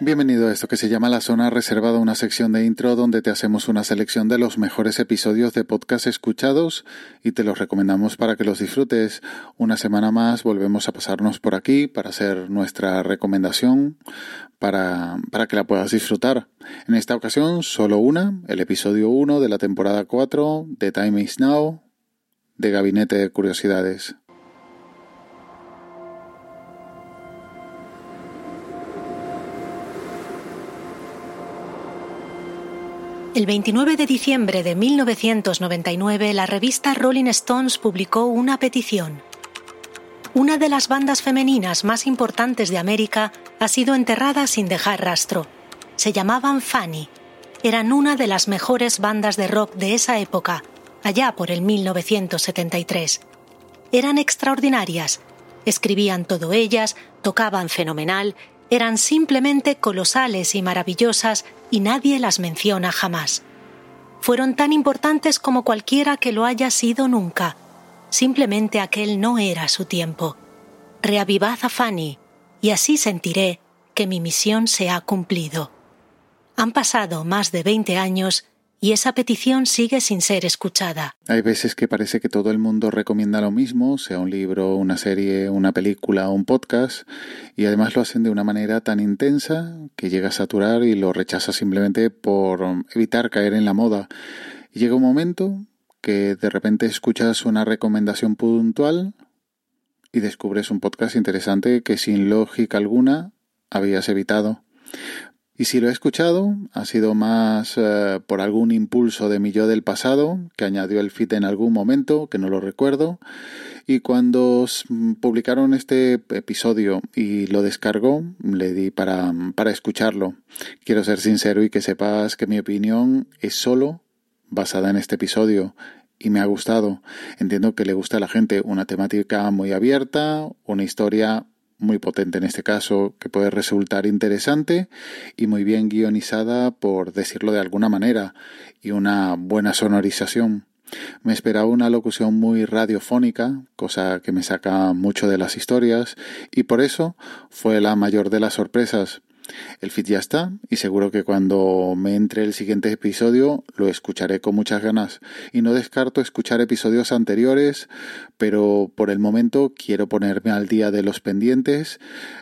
Bienvenido a esto que se llama La Zona Reservada, una sección de intro donde te hacemos una selección de los mejores episodios de podcast escuchados y te los recomendamos para que los disfrutes. Una semana más volvemos a pasarnos por aquí para hacer nuestra recomendación para que la puedas disfrutar. En esta ocasión solo una, el episodio 1 de la temporada 4 de Time Is Now, de Gabinete de Curiosidades. El 29 de diciembre de 1999, la revista Rolling Stones publicó una petición. Una de las bandas femeninas más importantes de América ha sido enterrada sin dejar rastro. Se llamaban Fanny. Eran una de las mejores bandas de rock de esa época, allá por el 1973. Eran extraordinarias. Escribían todo ellas, tocaban fenomenal, eran simplemente colosales y maravillosas y nadie las menciona jamás. Fueron tan importantes como cualquiera que lo haya sido nunca. Simplemente aquel no era su tiempo. Reavivad a Fanny y así sentiré que mi misión se ha cumplido. Han pasado más de 20 años y esa petición sigue sin ser escuchada. Hay veces que parece que todo el mundo recomienda lo mismo, sea un libro, una serie, una película o un podcast, y además lo hacen de una manera tan intensa que llega a saturar y lo rechazas simplemente por evitar caer en la moda. Y llega un momento que de repente escuchas una recomendación puntual y descubres un podcast interesante que sin lógica alguna habías evitado. Y si lo he escuchado, ha sido más por algún impulso de mi yo del pasado, que añadió el feed en algún momento, que no lo recuerdo, y cuando publicaron este episodio y lo descargó, le di para escucharlo. Quiero ser sincero y que sepas que mi opinión es solo basada en este episodio, y me ha gustado. Entiendo que le gusta a la gente una temática muy abierta, una historia muy potente en este caso, que puede resultar interesante y muy bien guionizada, por decirlo de alguna manera, y una buena sonorización. Me esperaba una locución muy radiofónica, cosa que me saca mucho de las historias, y por eso fue la mayor de las sorpresas. El feed ya está y seguro que cuando me entre el siguiente episodio lo escucharé con muchas ganas, y no descarto escuchar episodios anteriores, pero por el momento quiero ponerme al día de los pendientes.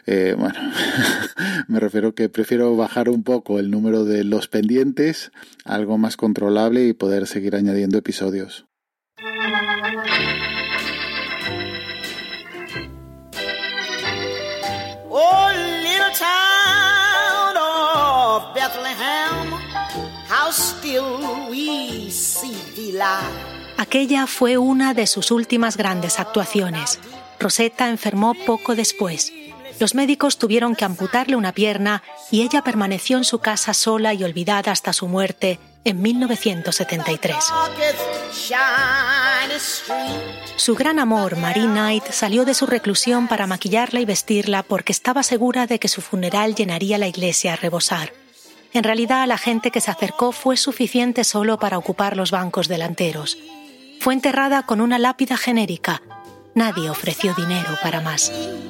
Me refiero que prefiero bajar un poco el número de los pendientes, algo más controlable, y poder seguir añadiendo episodios. Oh, little town of Bethlehem, how still we see thee lie. Aquella fue una de sus últimas grandes actuaciones. Rosetta enfermó poco después. Los médicos tuvieron que amputarle una pierna y ella permaneció en su casa sola y olvidada hasta su muerte en 1973. Su gran amor, Marie Knight, salió de su reclusión para maquillarla y vestirla porque estaba segura de que su funeral llenaría la iglesia a rebosar. En realidad, la gente que se acercó fue suficiente solo para ocupar los bancos delanteros. Fue enterrada con una lápida genérica. Nadie ofreció dinero para más.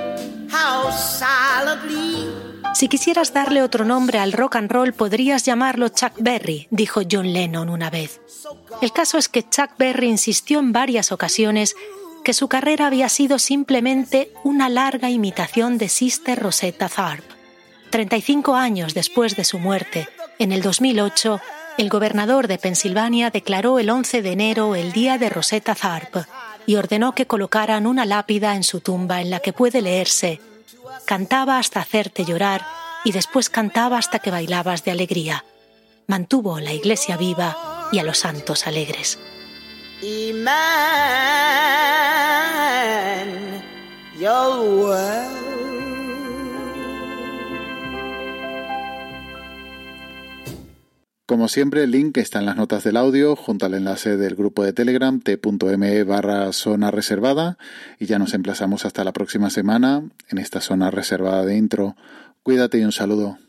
Si quisieras darle otro nombre al rock and roll, podrías llamarlo Chuck Berry, dijo John Lennon una vez. El caso es que Chuck Berry insistió en varias ocasiones que su carrera había sido simplemente una larga imitación de Sister Rosetta Tharpe. 35 años después de su muerte, en el 2008, el gobernador de Pensilvania declaró el 11 de enero el Día de Rosetta Tharpe y ordenó que colocaran una lápida en su tumba en la que puede leerse: cantaba hasta hacerte llorar y después cantaba hasta que bailabas de alegría. Mantuvo la iglesia viva y a los santos alegres. Como siempre, el link está en las notas del audio, junto al enlace del grupo de Telegram t.me/zona reservada, y ya nos emplazamos hasta la próxima semana en esta zona reservada de intro. Cuídate y un saludo.